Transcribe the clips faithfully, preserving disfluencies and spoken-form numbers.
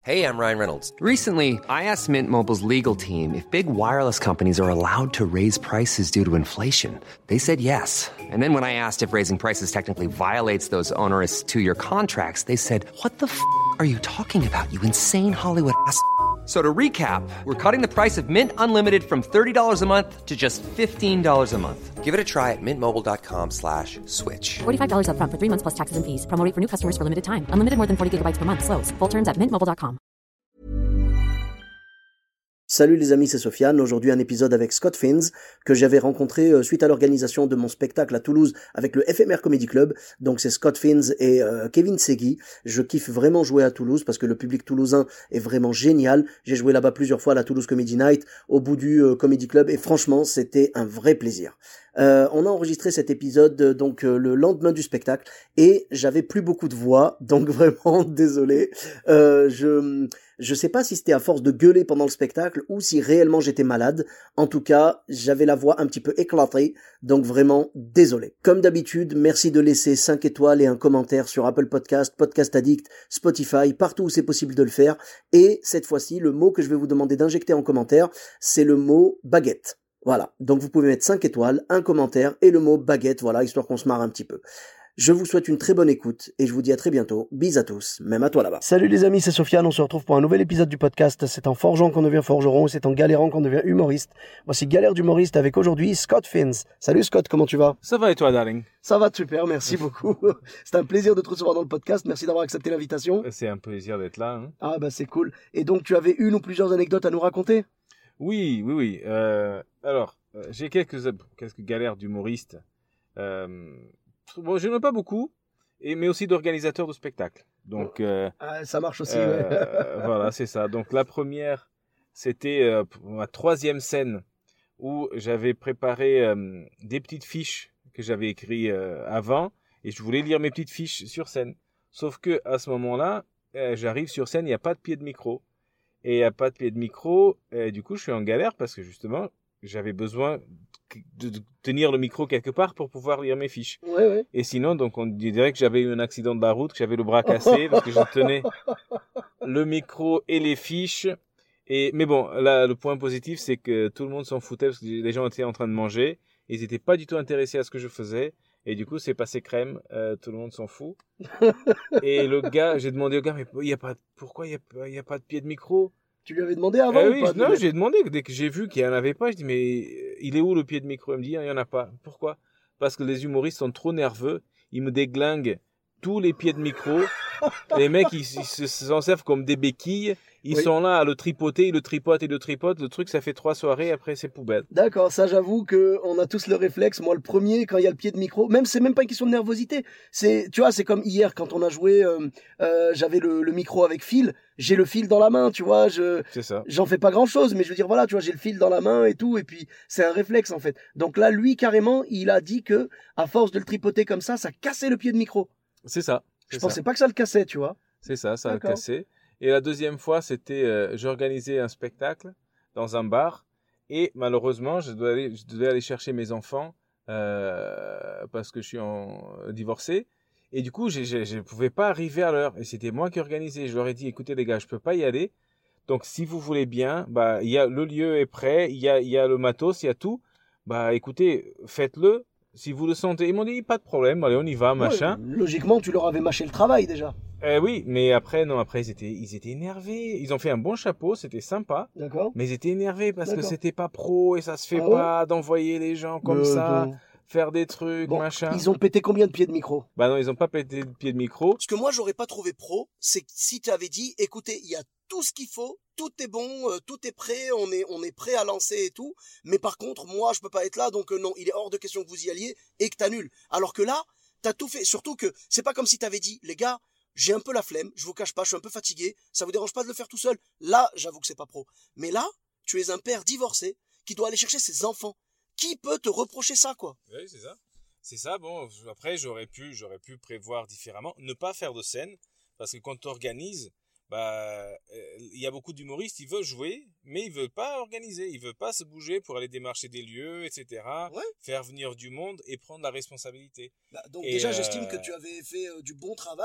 Hey, I'm Ryan Reynolds. Recently, I asked Mint Mobile's legal team if big wireless companies are allowed to raise prices due to inflation. They said yes. And then when I asked if raising prices technically violates those onerous two-year contracts, they said, "What the f*** are you talking about, you insane Hollywood ass?" So to recap, we're cutting the price of Mint Unlimited from thirty dollars a month to just fifteen dollars a month. Give it a try at mintmobile.com slash switch. forty-five dollars up front for three months plus taxes and fees. Promo rate for new customers for limited time. Unlimited more than forty gigabytes per month. Slows full terms at mint mobile dot com. Salut les amis, c'est Sofiane. Aujourd'hui un épisode avec Scott Fins que j'avais rencontré suite à l'organisation de mon spectacle à Toulouse avec le F M R Comedy Club. Donc c'est Scott Fins et euh, Kevin Segui. Je kiffe vraiment jouer à Toulouse parce que le public toulousain est vraiment génial. J'ai joué là-bas plusieurs fois à la Toulouse Comedy Night, au bout du euh, Comedy Club et franchement c'était un vrai plaisir. Euh, on a enregistré cet épisode euh, donc euh, le lendemain du spectacle et j'avais plus beaucoup de voix, donc vraiment désolé. Euh, je je sais pas si c'était à force de gueuler pendant le spectacle ou si réellement j'étais malade. En tout cas, j'avais la voix un petit peu éclatée, donc vraiment désolé. Comme d'habitude, merci de laisser cinq étoiles et un commentaire sur Apple Podcast, Podcast Addict, Spotify, partout où c'est possible de le faire. Et cette fois-ci, le mot que je vais vous demander d'injecter en commentaire, c'est le mot baguette. Voilà, donc vous pouvez mettre cinq étoiles, un commentaire et le mot baguette, voilà, histoire qu'on se marre un petit peu. Je vous souhaite une très bonne écoute et je vous dis à très bientôt. Bis à tous, même à toi là-bas. Salut les amis, c'est Sofiane, on se retrouve pour un nouvel épisode du podcast. C'est en forgeant qu'on devient forgeron et c'est en galérant qu'on devient humoriste. Voici Galère d'humoriste avec aujourd'hui Scott Fins. Salut Scott, comment tu vas? Ça va et toi, darling? Ça va super, merci beaucoup. C'est un plaisir de te recevoir dans le podcast, merci d'avoir accepté l'invitation. C'est un plaisir d'être là. Hein. Ah bah c'est cool. Et donc tu avais une ou plusieurs anecdotes à nous raconter? Oui, oui, oui. Euh, alors, euh, j'ai quelques, quelques galères d'humoriste. Euh, bon, je n'en ai pas beaucoup, et, mais aussi d'organisateurs de spectacles. Donc, euh, ah, ça marche aussi, euh, ouais. Voilà, c'est ça. Donc, la première, c'était euh, ma troisième scène où j'avais préparé euh, des petites fiches que j'avais écrites euh, avant, et je voulais lire mes petites fiches sur scène. Sauf que à ce moment-là, euh, j'arrive sur scène, il n'y a pas de pied de micro. Et il n'y a pas de pied de micro, et du coup, je suis en galère parce que justement, j'avais besoin de tenir le micro quelque part pour pouvoir lire mes fiches. Ouais, ouais. Et sinon, donc, on dirait que j'avais eu un accident de la route, que j'avais le bras cassé parce que je tenais le micro et les fiches. Et, mais bon, là, le point positif, c'est que tout le monde s'en foutait parce que les gens étaient en train de manger. Ils n'étaient pas du tout intéressés à ce que je faisais. Et du coup, c'est passé crème. Euh, tout le monde s'en fout. Et le gars, j'ai demandé au gars, mais il y a pas, pourquoi il n'y a, y a pas de pied de micro? Tu lui avais demandé avant euh, ou oui, pas? Non, j'ai demandé. Dès que j'ai vu qu'il n'y en avait pas, je dis, mais il est où le pied de micro? Il me dit, il n'y en a pas. Pourquoi? Parce que les humoristes sont trop nerveux. Ils me déglinguent tous les pieds de micro. Les mecs, ils, ils se s'en servent comme des béquilles. Ils oui. sont là à le tripoter, ils le tripotent et le tripotent. Le truc, ça fait trois soirées, après c'est poubelle. D'accord, ça j'avoue que on a tous le réflexe. Moi, le premier, quand il y a le pied de micro, même c'est même pas une question de nervosité. C'est, tu vois, c'est comme hier quand on a joué. Euh, euh, j'avais le, le micro avec fil. J'ai le fil dans la main, tu vois. Je, c'est ça. J'en fais pas grand chose, mais je veux dire voilà, tu vois, j'ai le fil dans la main et tout. Et puis c'est un réflexe en fait. Donc là, lui carrément, il a dit que à force de le tripoter comme ça, ça cassait le pied de micro. C'est ça. C'est je ça. Pensais pas que ça le cassait, tu vois. C'est ça, ça a cassé. Et la deuxième fois, c'était, euh, j'organisais un spectacle dans un bar et malheureusement, je devais aller, je devais aller chercher mes enfants euh, parce que je suis en, euh, divorcé. Et du coup, je ne pouvais pas arriver à l'heure. Et c'était moi qui organisais. Je leur ai dit, écoutez les gars, je peux pas y aller. Donc, si vous voulez bien, bah, il y a, le lieu est prêt, il y a, il y a le matos, il y a tout. Bah, écoutez, faites-le. Si vous le sentez. Ils m'ont dit, pas de problème, allez, on y va, machin. Ouais, logiquement, tu leur avais mâché le travail déjà. Euh, oui, mais après, non, après, ils étaient, ils étaient énervés. Ils ont fait un bon chapeau, c'était sympa. D'accord. Mais ils étaient énervés parce D'accord. que c'était pas pro et ça se fait ah pas ouais d'envoyer les gens comme euh, ça, bon. faire des trucs, bon, machin. Ils ont pété combien de pieds de micro? Bah non, ils ont pas pété de pied de micro. Ce que moi, j'aurais pas trouvé pro, c'est que si tu avais dit, écoutez, il y a tout ce qu'il faut, tout est bon, euh, tout est prêt, on est, on est prêt à lancer et tout. Mais par contre, moi, je peux pas être là, donc euh, non, il est hors de question que vous y alliez et que t'annules. Alors que là, t'as tout fait. Surtout que c'est pas comme si t'avais dit, les gars, j'ai un peu la flemme, je vous cache pas, je suis un peu fatigué, ça vous dérange pas de le faire tout seul? Là, j'avoue que c'est pas pro. Mais là, tu es un père divorcé qui doit aller chercher ses enfants. Qui peut te reprocher ça, quoi? Oui, c'est ça. C'est ça, bon, après, j'aurais pu, j'aurais pu prévoir différemment, ne pas faire de scène, parce que quand tu organises, bah, il y a beaucoup d'humoristes, ils veulent jouer, mais ils veulent pas organiser, ils veulent pas se bouger pour aller démarcher des lieux, et cetera, ouais. faire venir du monde et prendre la responsabilité. Bah, donc et déjà, euh... j'estime que tu avais fait euh, du bon travail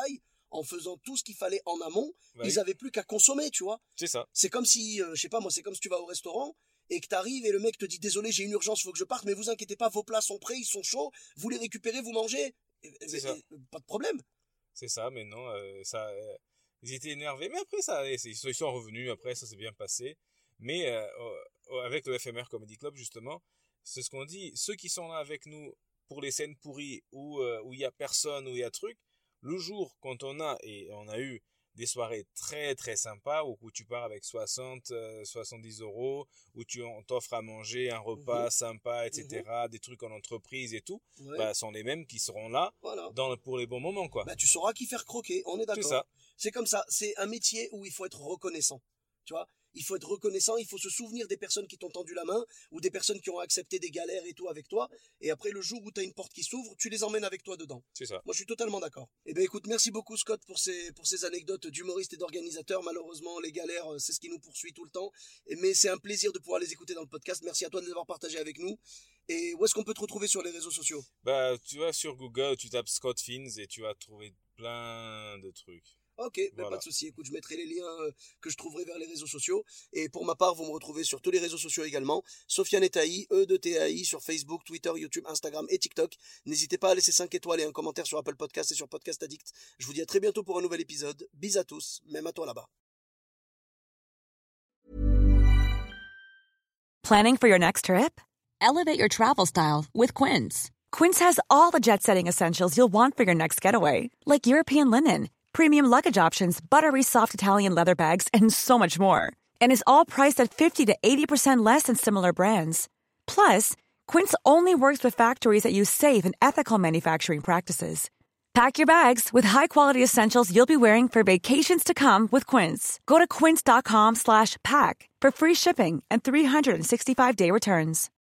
en faisant tout ce qu'il fallait en amont, bah ils oui. avaient plus qu'à consommer, tu vois. C'est ça. C'est comme si, euh, je sais pas moi, c'est comme si tu vas au restaurant et que t'arrives et le mec te dit désolé, j'ai une urgence, faut que je parte, mais vous inquiétez pas, vos plats sont prêts, ils sont chauds, vous les récupérez, vous mangez. C'est Et, ça. et, pas de problème. C'est ça, mais non, euh, ça, euh, ils étaient énervés, mais après ça, allait, ils sont, ils sont revenus, après ça s'est bien passé. Mais euh, euh, avec le F M R Comedy Club justement, c'est ce qu'on dit, ceux qui sont là avec nous pour les scènes pourries où euh, où il y a personne, où il y a truc, le jour quand on a et on a eu des soirées très très sympas où, où tu pars avec soixante, euh, soixante-dix euros, où tu on t'offre à manger un repas Mhm. sympa, et cetera, Mhm. des trucs en entreprise et tout, Ouais. bah, sont les mêmes qui seront là Voilà. dans le- pour les bons moments, quoi. Bah, tu sauras qui faire croquer, on est C'est d'accord. ça. C'est comme ça, c'est un métier où il faut être reconnaissant. Tu vois, il faut être reconnaissant, il faut se souvenir des personnes qui t'ont tendu la main ou des personnes qui ont accepté des galères et tout avec toi. Et après, le jour où tu as une porte qui s'ouvre, tu les emmènes avec toi dedans. C'est ça. Moi, je suis totalement d'accord. Eh ben, écoute, merci beaucoup, Scott, pour ces, pour ces anecdotes d'humoristes et d'organisateurs. Malheureusement, les galères, euh, c'est ce qui nous poursuit tout le temps. Et- Mais c'est un plaisir de pouvoir les écouter dans le podcast. Merci à toi de les avoir partagés avec nous. Et où est-ce qu'on peut te retrouver sur les réseaux sociaux? Bah, tu vas sur Google, tu tapes Scott Fins et tu vas trouver plein de trucs. Ok, ben Voilà. pas de souci. Écoute, je mettrai les liens euh, que je trouverai vers les réseaux sociaux. Et pour ma part, vous me retrouvez sur tous les réseaux sociaux également. Sofiane et Taï, E de T A I, sur Facebook, Twitter, YouTube, Instagram et TikTok. N'hésitez pas à laisser cinq étoiles et un commentaire sur Apple Podcast et sur Podcast Addict. Je vous dis à très bientôt pour un nouvel épisode. Bis à tous, même à toi là-bas. Planning for your next trip? Elevate your travel style with Quince. Quince has all the jet-setting essentials you'll want for your next getaway, like European linen, premium luggage options, buttery soft Italian leather bags, and so much more. And is all priced at fifty to eighty percent less than similar brands. Plus, Quince only works with factories that use safe and ethical manufacturing practices. Pack your bags with high-quality essentials you'll be wearing for vacations to come with Quince. Go to quince.com slash pack for free shipping and three sixty-five day returns.